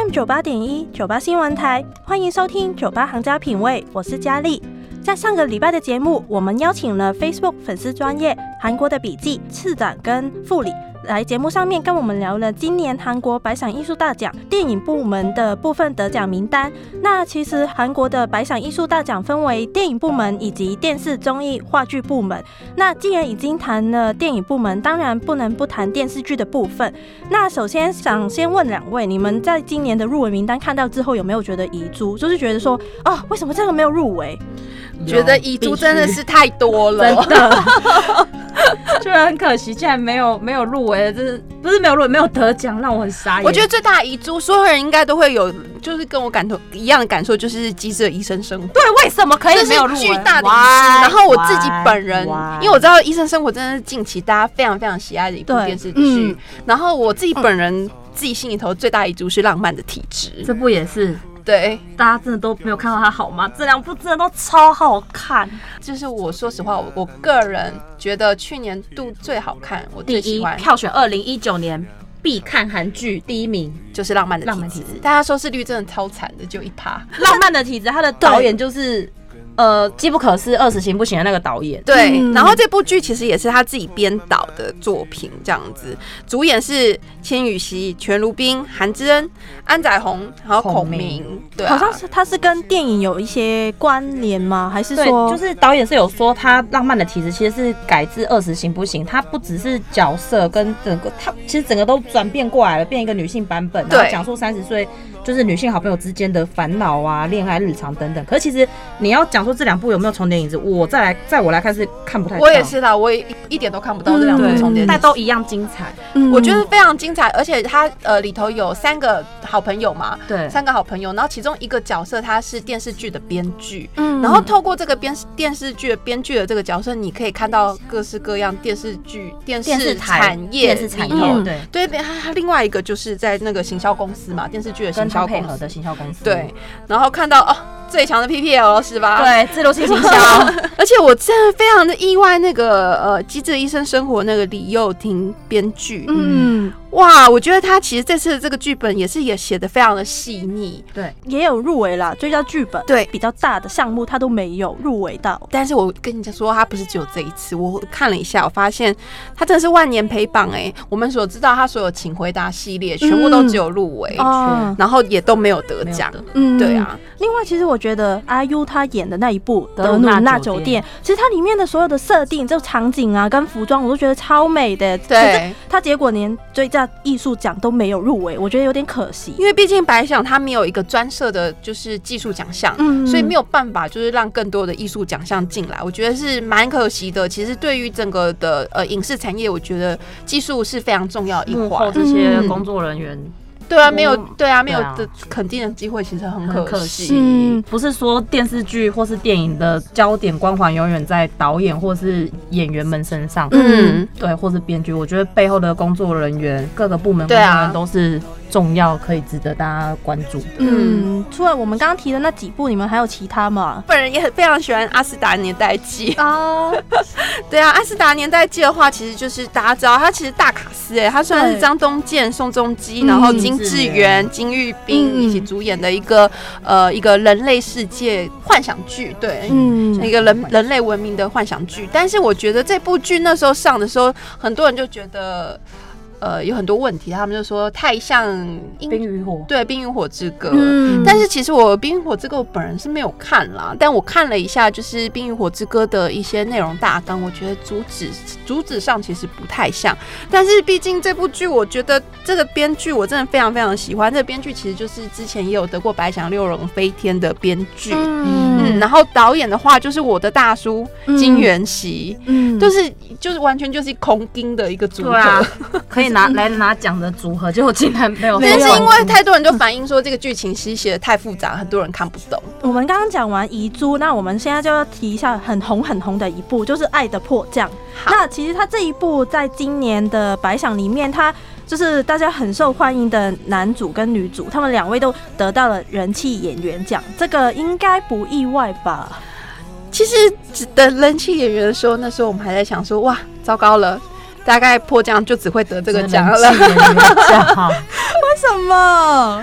98.1 98新闻台，欢迎收听98行家品味，我是嘉丽。在上个礼拜的节目，我们邀请了 Facebook 粉丝专页韩国的笔记次长跟副理来节目上面跟我们聊了今年韩国百想艺术大奖电影部门的部分得奖名单。那其实韩国的百想艺术大奖分为电影部门以及电视综艺话剧部门。那既然已经谈了电影部门，当然不能不谈电视剧的部分。那首先想先问两位，你们在今年的入围名单看到之后，有没有觉得遗珠？就是觉得说，哦，为什么这个没有入围？ 觉得遗珠真的是太多了， 真的，就很可惜，竟然没有入围，这是不是没有入围，没有得奖，让我很傻眼。 我觉得最大的遗珠，所有人应该都会有，就是跟我一样的感受，就是《机智的医生生活》。 对，为什么可以没有入围？ 这是巨大的遗失。然后我自己本人，因为我知道《医生生活》真的是近期大家非常非常喜爱的一部电视剧。然后我自己本人自己心里头最大遗珠是《浪漫的体质》， 这部也是。 对， 大家真的都没有看到它好吗？这两部真的都超好看。 就是我说实话，我个人觉得去年度最好看，我最喜欢票选2019年必看韩剧第一名就是《浪漫的体质》，大家收视率真的超惨的，就1%。 浪漫的体质，它的导演就是机不可失，20行不行的那个导演。 对，然后这部剧其实也是他自己编导的作品，这样子。主演是千羽熙、全如彬、韩智恩、安宰弘，还有孔明。对、啊， 好像是他是跟电影有一些关联吗？还是说， 就是导演是有说他《浪漫的体质》其实是改自20行不行，他不只是角色跟整个，他其实整个都转变过来了，变一个女性版本，然后讲述30岁就是女性好朋友之间的烦恼啊、恋爱日常等等。可是其实你要讲说这两部有没有重叠影子，在我来看是看不太到。 我也是啦，我一点都看不到这两部重叠， 但都一样精彩。 我觉得非常精彩，而且它里头有3个好朋友嘛，对，3个好朋友，然后其中一个角色他是电视剧的编剧，然后透过这个电视剧的编剧的这个角色，你可以看到各式各样电视剧、电视产业，对，他另外一个就是在那个行销公司嘛，电视剧的行销公司， 跟他配合的行销公司， 对，然后看到最强的 PPL 是吧？ 对，自流性行销。 而且我真的非常的意外，那个机智的医生生活那个李幼廷编剧，哇，我觉得他其实这次的这个剧本也写得非常的细腻， 对，也有入围啦，最佳剧本，对，比较大的项目他都没有入围到。 但是我跟你讲说，他不是只有这一次，我看了一下，我发现他真的是万年陪榜我们所知道他所有请回答系列全部都只有入围，然后也都没有得奖，对啊。 另外，其实我觉得 IU 他演的那一部《德鲁纳酒店》，其实它里面的所有的设定，就场景啊跟服装，我都觉得超美的。对，他结果连最佳艺术奖都没有入围，我觉得有点可惜。 因为毕竟百想他没有一个专设的，就是技术奖项，所以没有办法就是让更多的艺术奖项进来，我觉得是蛮可惜的。其实对于整个的影视产业，我觉得技术是非常重要的一环。幕后这些工作人员。 对啊，没有的肯定的机会，其实很可惜。 不是说电视剧或是电影的焦点光环永远在导演或是演员们身上，对，或是编剧。我觉得背后的工作人员、各个部门工作人员都是重要，可以值得大家关注的。 除了我们刚刚提的那几部，你们还有其他吗？ 本人也非常喜欢《阿斯达年代记》啊。对啊，《阿斯达年代记》的话，其实就是大家知道，他其实大卡司他虽然是张东健、宋仲基，然后金智媛、金玉彬一起主演的一个人类世界幻想剧，对，一个人类文明的幻想剧。但是我觉得这部剧那时候上的时候，很多人就觉得有很多问题，他们就说太像冰与火， 对，冰与火之歌。但是其实我冰与火之歌我本人是没有看啦，但我看了一下，就是冰与火之歌的一些内容大纲，我觉得主旨上其实不太像。但是毕竟这部剧，我觉得这个编剧我真的非常非常的喜欢。这个编剧其实就是之前也有得过百想六人飞天的编剧，然后导演的话就是我的大叔金元熙，就是完全就是空金的一个组合， 可以拿奖的组合，结果竟然没有。 但是因为太多人就反映说这个剧情其实写的太复杂，很多人看不懂。 我们刚刚讲完遗珠，那我们现在就要提一下很红的一部，就是《爱的迫降》。那其实他这一部在今年的百想里面，他就是大家很受欢迎的男主跟女主，他们2位都得到了人气演员奖，这个应该不意外吧？ 其实等人气演员的时候，那时候我们还在想说，哇，糟糕了。大概迫降就只会得这个奖了， 为什么？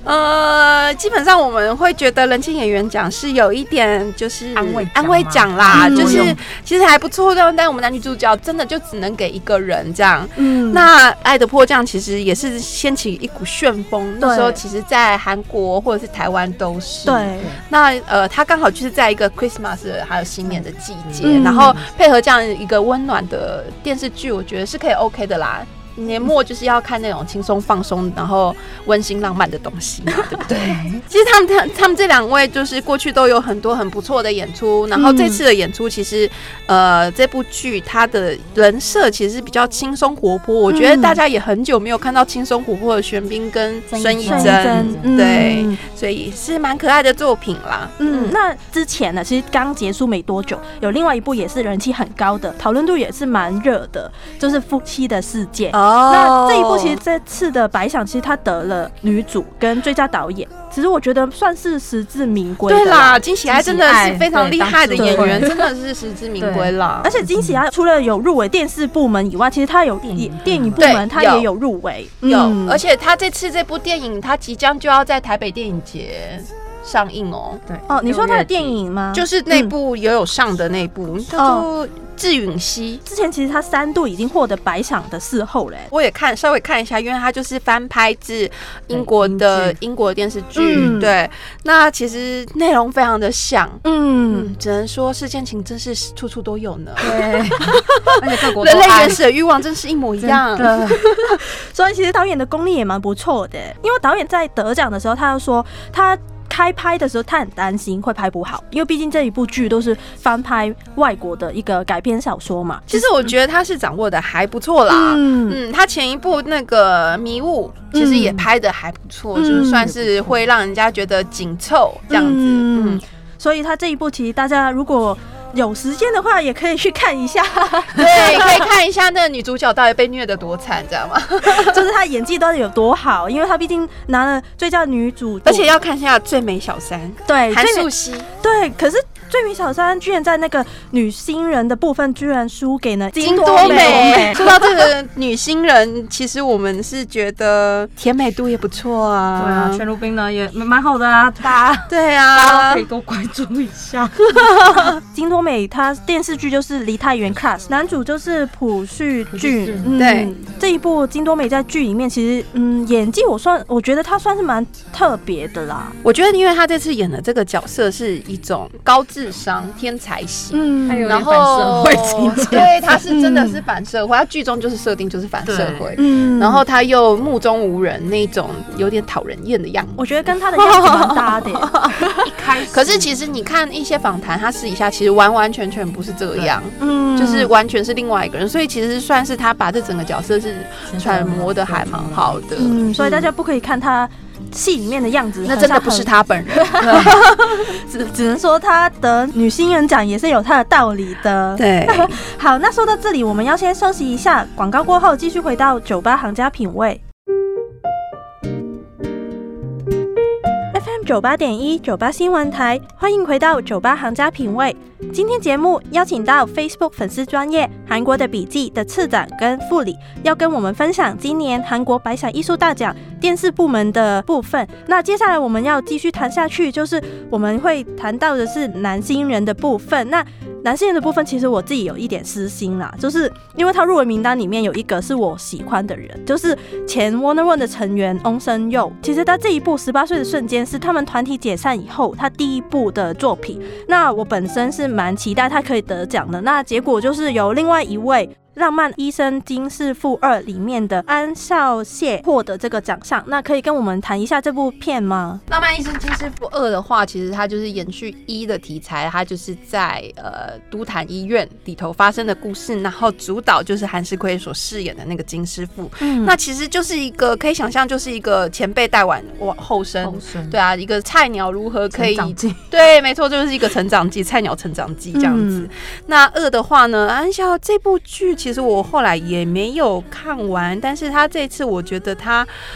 基本上我们会觉得人气演员奖是有一点就是安慰奖啦，就是其实还不错的，但我们男女主角真的就只能给一个人这样。那《爱的迫降》其实也是掀起一股旋风，那时候其实在韩国或者是台湾都是。 对， 那它刚好就是在一个 Christmas 还有新年的季节，然后配合这样一个温暖的电视剧，我觉得是可以 OK 的啦。年末就是要看那种轻松放松，然后温馨浪漫的东西嘛，对不对？其实他们这两位就是过去都有很多很不错的演出，然后这次的演出其实这部剧它的人设其实是比较轻松活泼，我觉得大家也很久没有看到轻松活泼的玄彬跟孙艺珍，对，所以是蛮可爱的作品啦。 那之前呢，其实刚结束没多久，有另外一部也是人气很高的，讨论度也是蛮热的，就是《夫妻的世界》。那这一部其实这次的百想，其实他得了女主跟最佳导演，其实我觉得算是实至名归的。 对啦，金喜爱真的是非常厉害的演员，真的是实至名归啦。 而且金喜爱除了有入围电视部门以外，其实他有电影部门，他也有入围。 有，而且他这次这部电影，他即将就要在台北电影节上映哦。 对哦，你说他的电影吗？ 就是那部也有上的那部，叫做《致允熙》。 之前其实他3度已经获得百想的视后嘞。 我也稍微看一下，因为他就是翻拍自英国的电视剧。对，那其实内容非常的像。只能说世间情真是处处都有呢。 对，而且各国人类原始的欲望真是一模一样。 所以其实导演的功力也蛮不错的，因为导演在得奖的时候，他就说他开拍的时候，他很担心会拍不好，因为毕竟这一部剧都是翻拍外国的一个改编小说嘛。 其实我觉得他是掌握的还不错啦。他前一部那个《迷雾》其实也拍的还不错，就是算是会让人家觉得紧凑这样子。 所以他这一部其实大家如果有时间的话，也可以去看一下。 对，可以看一下那个女主角到底被虐得多惨，知道吗？ 就是她演技到底有多好，因为她毕竟拿了最佳女主， 而且要看一下最美小三， 对， 韩素汐， 对，可是最美小三居然在那个女新人的部分居然输给了金多美。说到这个女新人，其实我们是觉得甜美度也不错啊。 对啊，全如彬呢也蛮好的啊，大家对啊，大家可以多关注一下。 金多美她电视剧就是《梨泰院 Class》，男主就是朴叙俊。 对， 这一部金多美在剧里面其实演技我觉得她算是蛮特别的啦。 我觉得因为她这次演的这个角色是一种高智商天才型， 然后反社会情节， 对，他是真的是反社会，他剧中就是设定就是反社会，然后他又目中无人那种有点讨人厌的样子， 我觉得跟他的样子蛮搭的。 一开始， 可是其实你看一些访谈，他私底下其实完完全全不是这样，就是完全是另外一个人，所以其实算是他把这整个角色是揣摩的还蛮好的， 所以大家不可以看他戏里面的样子， 那真的不是他本人。 只能说他得女新人奖也是有他的道理的。 对， 好，那说到这里，我们要先休息一下，广告过后继续回到酒吧行家品味。FM 98.1酒吧新闻台，欢迎回到酒吧行家品味。今天节目邀请到 Facebook 粉丝专页韩国的笔记的次长跟副理，要跟我们分享今年韩国百想艺术大奖电视部门的部分。那接下来我们要继续谈下去，就是我们会谈到的是男新人的部分。那男新人的部分，其实我自己有一点私心啦，就是因为他入围名单里面有一个是我喜欢的人，就是前 Wonder One 的成员翁申佑。其实他这一部18岁的瞬间是他们团体解散以后他第一部的作品，那我本身是蛮期待他可以得奖的。那结果就是有另外一位浪漫医生金师傅2里面的安孝燮获得这个奖项，那可以跟我们谈一下这部片吗？ 浪漫医生金师傅2的话，其实它就是延续1的题材，它就是在都潭医院里头发生的故事，然后主导就是韩世奎所饰演的那个金师傅。那其实就是一个可以想象，就是一个前辈带完后生，对啊，一个菜鸟如何可以，对，没错，就是一个成长记，菜鸟成长记这样子。那2的话呢，安孝这部剧其实我后来也没有看完，但是他这次我觉得他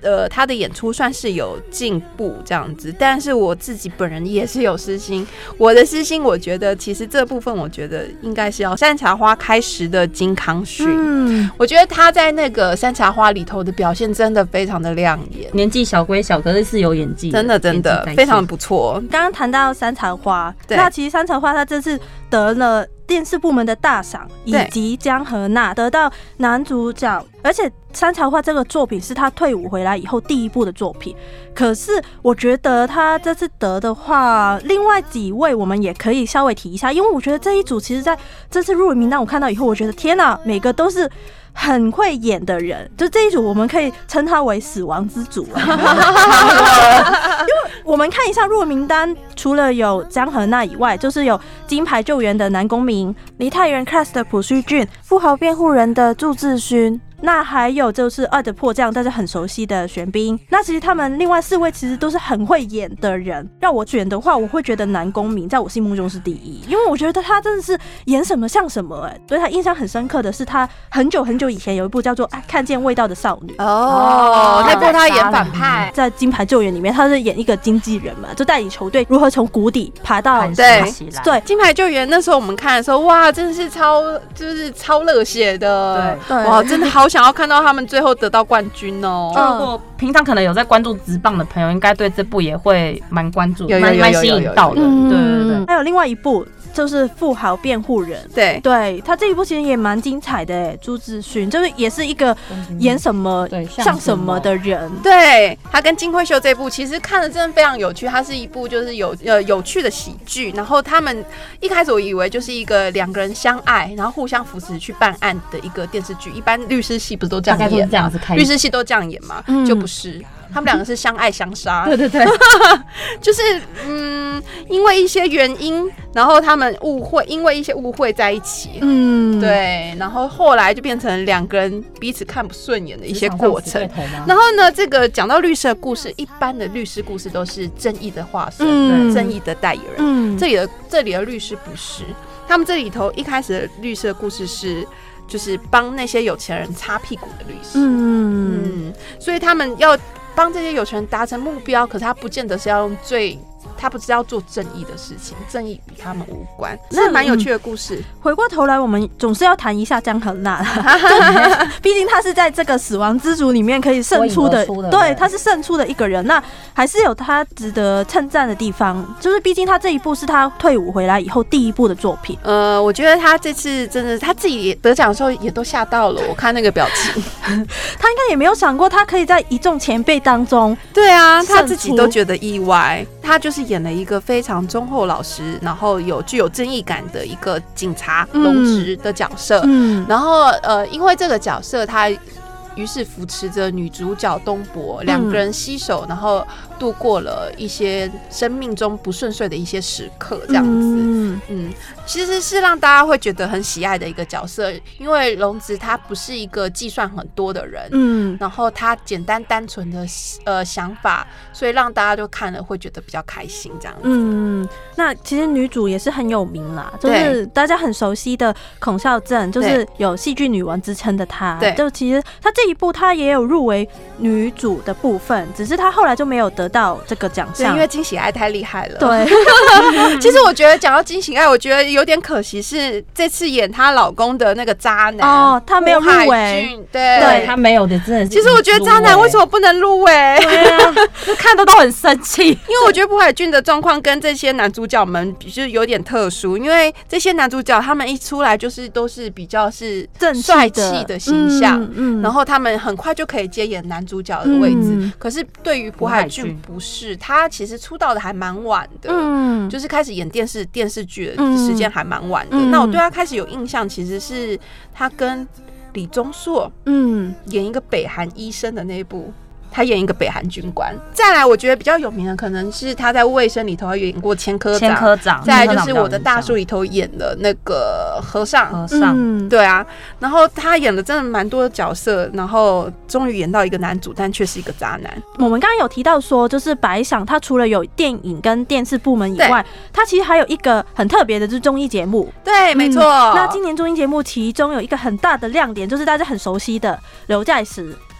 他的演出算是有进步这样子，但是我自己本人也是有私心。我的私心，我觉得其实这部分，我觉得应该是要山茶花开始的金康勋。我觉得他在那个山茶花里头的表现真的非常的亮眼， 年纪小归小，可是有演技的， 真的非常不错。 刚刚谈到山茶花，那其实山茶花他这次得了电视部门的大赏，以及江河娜得到男主角，而且山茶花这个作品是他退伍回来以后第一部的作品。可是我觉得他这次得的话，另外几位我们也可以稍微提一下，因为我觉得这一组其实在这次入围名单我看到以后，我觉得天哪，每个都是很会演的人，就这一组我们可以称他为死亡之组因为我们看一下入围名单，除了有江河娜以外，就是有金牌救援的南宫珉、梨泰院 class 的朴叙俊、富豪辩护人的祝志勋，那还有就是二的迫降大家很熟悉的玄彬。那其实他们另外4位其实都是很会演的人，让我选的话，我会觉得南宫珉在我心目中是第一，因为我觉得他真的是演什么像什么对他印象很深刻的是他很久很久以前有一部叫做看见味道的少女那部他演反派， 在金牌救援里面他是演一个经纪人嘛，就带领球队如何从谷底爬到对金牌救援。那时候我们看的时候，哇，真的是超热血的，对，哇，真的好想要看到他们最后得到冠军哦。 如果平常可能有在关注职棒的朋友，应该对这部也会蛮关注，蛮吸引到的。对。 还有另外一部就是富豪辩护人，对，他这一部其实也蛮精彩的朱志勋就是也是一个演什么像什么的人。 对，他跟金惠秀这部其实看了真的非常有趣，它是一部就是有趣的喜剧。然后他们一开始我以为就是一个2个人相爱，然后互相扶持去办案的一个电视剧。一般律师戏不是都这样演吗？律师戏都这样演吗？就不是。他们2个是相爱相杀， 对， 就是因为一些原因，然后他们因为一些误会在一起，对，然后后来就变成2个人彼此看不顺眼的一些过程。然后呢，这个讲到律师的故事，一般的律师故事都是正义的化身，正义的代言人。这里的律师不是，他们这里头一开始的律师的故事是。就是帮那些有钱人擦屁股的律师，所以他们要帮这些有钱人达成目标，可是他不见得是要用他不是要做正义的事情，正义与他们无关，是蛮有趣的故事。 回过头来，我们总是要谈一下江河娜，毕竟他是在这个死亡之组里面可以胜出的，对，他是胜出的一个人，那还是有他值得称赞的地方，就是毕竟他这一部是他退伍回来以后第一部的作品。 我觉得他这次真的，他自己得奖的时候也都吓到了，我看那个表情， 他应该也没有想过他可以在一众前辈当中， 对啊，他自己都觉得意外，他就是演了一个非常忠厚老实，然后具有正义感的一个警察龙直的角色。然后因为这个角色他于是扶持着女主角东博，2个人携手，然后度过了一些生命中不顺遂的一些时刻，这样子。其实是让大家会觉得很喜爱的一个角色，因为龙直他不是一个计算很多的人，然后他简单单纯的想法，所以让大家就看了会觉得比较开心这样子。 那其实女主也是很有名啦，就是大家很熟悉的孔孝正，就是有戏剧女王之称的她。就其实她这一部她也有入围女主的部分，只是她后来就没有得到这个奖项， 因为金喜爱太厉害了。 对， 其实我觉得讲到金喜爱，我觉得有点可惜是这次演她老公的那个渣男她没有入围。 对， 她没有的，真的是。 其实我觉得渣男为什么不能入围？ 对啊，就看得都很生气。 因为我觉得朴海俊的状况跟这些男主角们就是有点特殊，因为这些男主角他们一出来就是都是比较是帅气的形象，然后他们很快就可以接演男主角的位置。可是对于朴海俊不是，他其实出道的还蛮晚的，就是开始演电视剧的时间还蛮晚的。那我对他开始有印象，其实是他跟李钟硕演一个北韩医生的那一部。他演一个北韩军官。再来我觉得比较有名的可能是他在卫生里头演过千科长，再来就是我的大叔里头演的那个和尚，对啊，然后他演了真的蛮多的角色，然后终于演到一个男主，但却是一个渣男。 我们刚刚有提到说，就是百想他除了有电影跟电视部门以外，他其实还有一个很特别的就是综艺节目。 对，没错。 那今年综艺节目其中有一个很大的亮点，就是大家很熟悉的刘在石。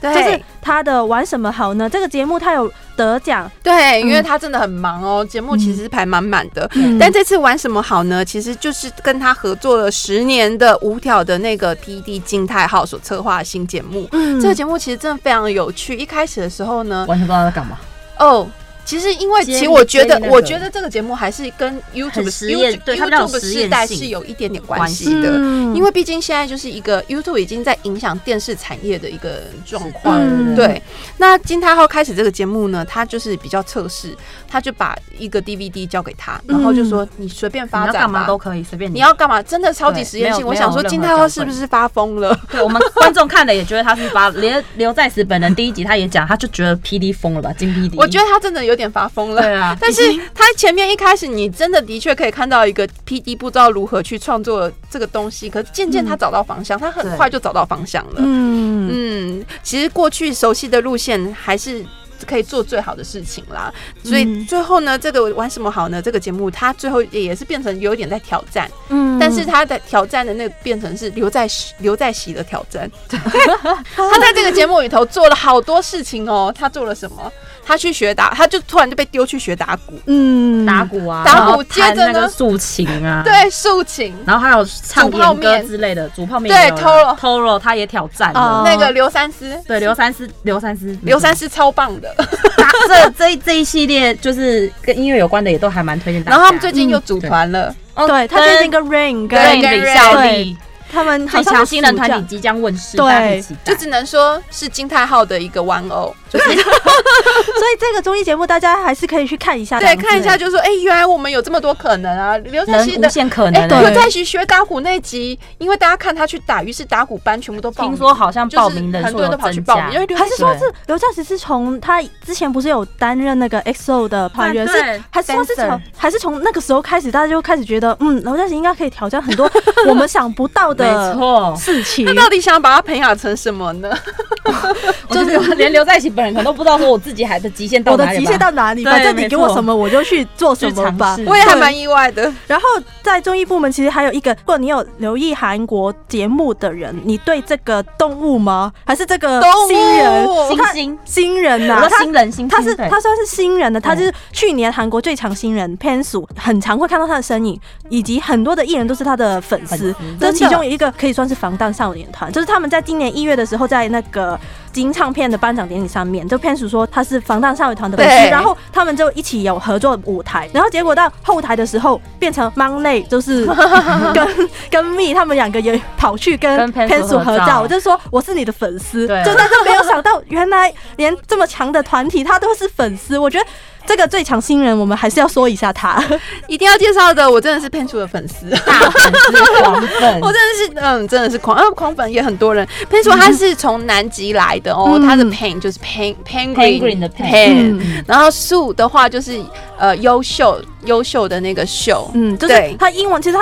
就是他的玩什么好呢？这个节目他有得奖， 对，因为他真的很忙哦，节目其实排满满的。但这次玩什么好呢？其实就是跟他合作了10年的无挑的那个 PD 金泰浩所策划的新节目。这个节目其实真的非常有趣。一开始的时候呢， 完全不知道在干嘛。 其实我觉得这个节目还是跟 YouTube 时代是有一点点关系的，因为毕竟现在就是一个 YouTube 已经在影响电视产业的一个状况。对，那金泰浩开始这个节目呢，他就是比较测试，他就把一个 DVD 交给他，然后就说你随便发展吧， 你要干嘛都可以，随便你要干嘛，真的超级实验性。我想说金泰浩是不是发疯了？ 对，我们观众看了也觉得他是连刘在石本人第1集他也讲，他就觉得 PD 疯了吧，金 PD。 我觉得他真的有点发疯了。对啊，但是他前面一开始你真的确可以看到一个 PD 不知道如何去创作这个东西，可是渐渐他找到方向，他很快就找到方向了。其实过去熟悉的路线还是可以做最好的事情啦，所以最后呢，这个玩什么好呢？这个节目它最后也是变成有点在挑战，但是他的挑战的那个变成是刘在熙的挑战。他在这个节目里头做了好多事情哦，他做了什么？他去学他就突然就被丢去学打鼓， 打鼓啊， 接着呢竖琴啊， 对，竖琴， 然后还有唱演歌之类的，煮泡面， 对 ，Toro 他也挑战了， 那个刘三思， 对，刘三思超棒的， 这一系列就是跟音乐有关的也都还蛮推荐大家。 然后他们最近又组团了， 对，他最近跟 Rain 跟李孝利。 他们最强新人团体即将问世， 对， 就只能说是金泰浩的一个玩偶，所以这个综艺节目大家还是可以去看一下， 对，看一下就说，原来我们有这么多可能啊！刘在熙的无限可能， 刘在熙学打鼓那集，因为大家看他去打，于是打鼓班全部都报名， 听说好像报名人数很多人都跑去报名，因为还是说是刘在熙是从他之前不是有担任那个 XO 的团员，还是从那个时候开始，大家就开始觉得，刘在熙应该可以挑战很多我们想不到的， 没错。 事情，他到底想把他培养成什么呢？ 就是连刘在熙本人可能都不知道说我自己还的极限到哪里， 我的极限到哪里？反正你给我什么我就去做什么吧。 我也还蛮意外的。 然后在综艺部门，其实还有一个，如果你有留意韩国节目的人，你对这个动物吗？还是这个新人呐？他算是新人的，他是去年韩国最强新人 Pensu， 很常会看到他的身影，以及很多的艺人都是他的粉丝。这其中一个可以算是防弹少年团，就是他们在今年1月的时候，在那个金唱片的颁奖典礼上面，就Pensu说他是防弹少年团的粉丝，然后他们就一起有合作舞台，然后结果到后台的时候变成 Monlay， 就是跟 Me 他们2个也跑去跟Pensu合照，我就说我是你的粉丝，就但是没有想到原来连这么强的团体他都是粉丝，我觉得。这个最强新人，我们还是要说一下他， 一定要介绍的。我真的是Pensu的粉丝， 大粉丝狂粉， 我真的是狂粉也很多人。Pensu他是从南极来的哦，他的 Pen 就是 Penguin 的 Pen，然后Su 的话就是优秀的那个秀， 就是他英文就是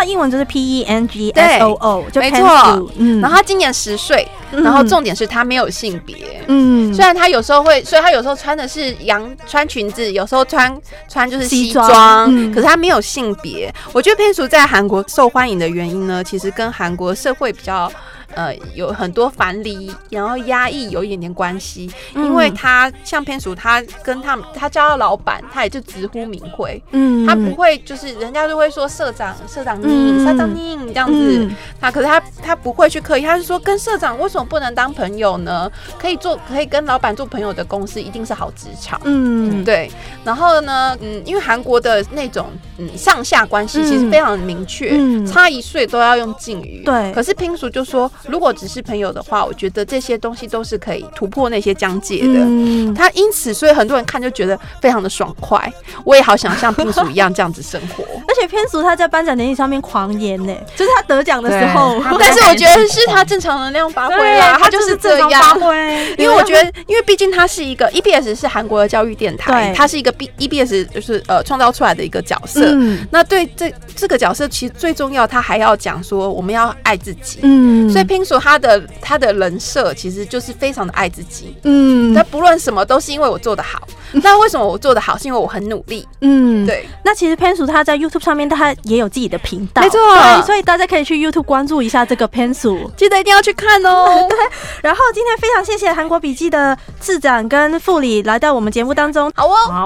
PENGSOO， 没错，然后他今年10岁，然后重点是他没有性别，虽然他有时候穿的是穿裙子，有时候穿就是西装，可是他没有性别。我觉得Pensu在韩国受欢迎的原因呢，其实跟韩国社会比较有很多樊篱，然后压抑有一点点关系，因为他像Pensu，他跟他叫他老板，他也就直呼名讳，他不会就是人家就会说社长宁这样子，可是他不会去刻意，他是说跟社长为什么不能当朋友呢？可以跟老板做朋友的公司一定是好职场，对。然后呢，因为韩国的那种上下关系其实非常明确，差1岁都要用敬语，对。可是Pensu就说，如果只是朋友的话，我觉得这些东西都是可以突破那些疆界的。他因此，所以很多人看就觉得非常的爽快。我也好想像Pensu一样这样子生活。 而且Pensu他在颁奖典礼上面狂言呢，就是他得奖的时候。 但是我觉得是他正常能量发挥啦，他就是这样。因为我觉得，因为毕竟他是一个 EBS 是韩国的教育电台，他是一个 EBS 就是创造出来的一个角色。那对这个角色其实最重要，他还要讲说我们要爱自己。所以Pensu他的人设其实就是非常的爱自己。他不论什么都是因为我做得好。 那为什么我做得好？是因为我很努力。对。 那其实 Pencil 他在 YouTube 上面他也有自己的频道， 没错， 对，所以大家可以去 YouTube 关注一下这个 Pencil， 记得一定要去看哦。 对，然后今天非常谢谢韩国笔记的次长跟副理来到我们节目当中。 好哦， 好。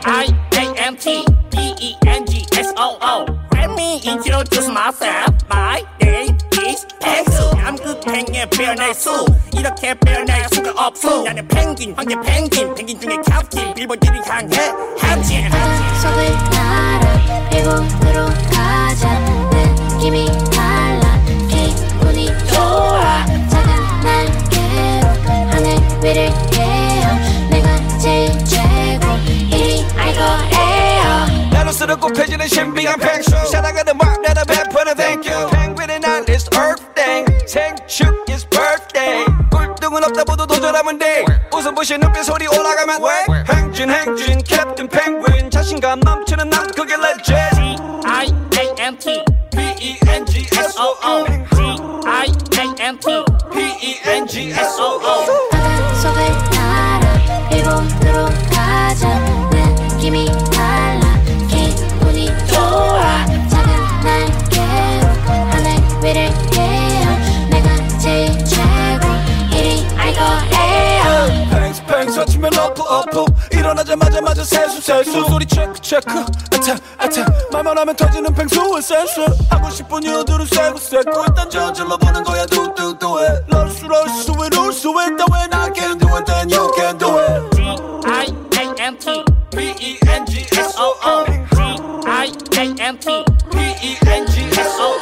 IAMTPENGSOO Let me introduce myself. My name is Pencil. I'm 그 팽의 표현할 수 이렇게 표현할 수가 없어. 나는 펭귄, 황제 펭귄, 펭귄 중에 캡틴. 빌보드 1위 강해 함진. 속을 날아 일본으로 가자. 느낌이 달라 기분이 좋아. 작은 날개로 하늘 위를 깨어. 내가 제일 최고 1위 알 거예요. 나로 쓰러고 펴지는 신비한 펭수 살아가는 막 나라 베푸는 thank you. 펭귄의 날 is Earth Day. 생축 is birthday. 꿀등은 없다 모두 도전하면 돼. 웃음 부신 눈빛 소리 올라가면 왜? 행진 행진 캡틴 펭귄 자신감 넘치는 난 그게 legend. IAMT PENGSOO IAMT PENGSOO 바다 속을 날아 일본으로 가자. 느낌이 달라 기분이 좋아. 작은 날개로 하늘 위를 깨어. 내가 제일 최고 1위 알 거예요. 팽팽 서치면 어프 일어나자마자 맞아 세수 소리 체크 아차 말만 하면 터지는 팽수의 센스. 하고 싶은 이유들은 세고 일단 저질러 보는 거야 뚜뚜뚜해. 럴수 왜 다 when I can do it then you can do it. IAMT PENGSOO IAMT PENGSOO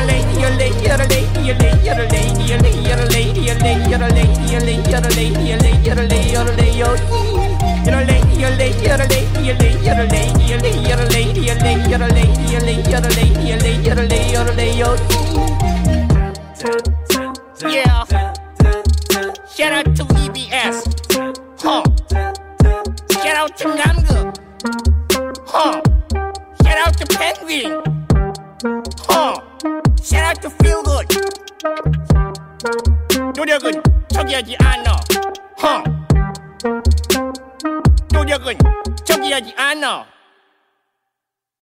Yeah. Shout out to EBS. Shout out to 남극. Shout out to Penguin. Shout out to Feel Good. 노력은 포기하지 않아. 노력은 포기하지 않아.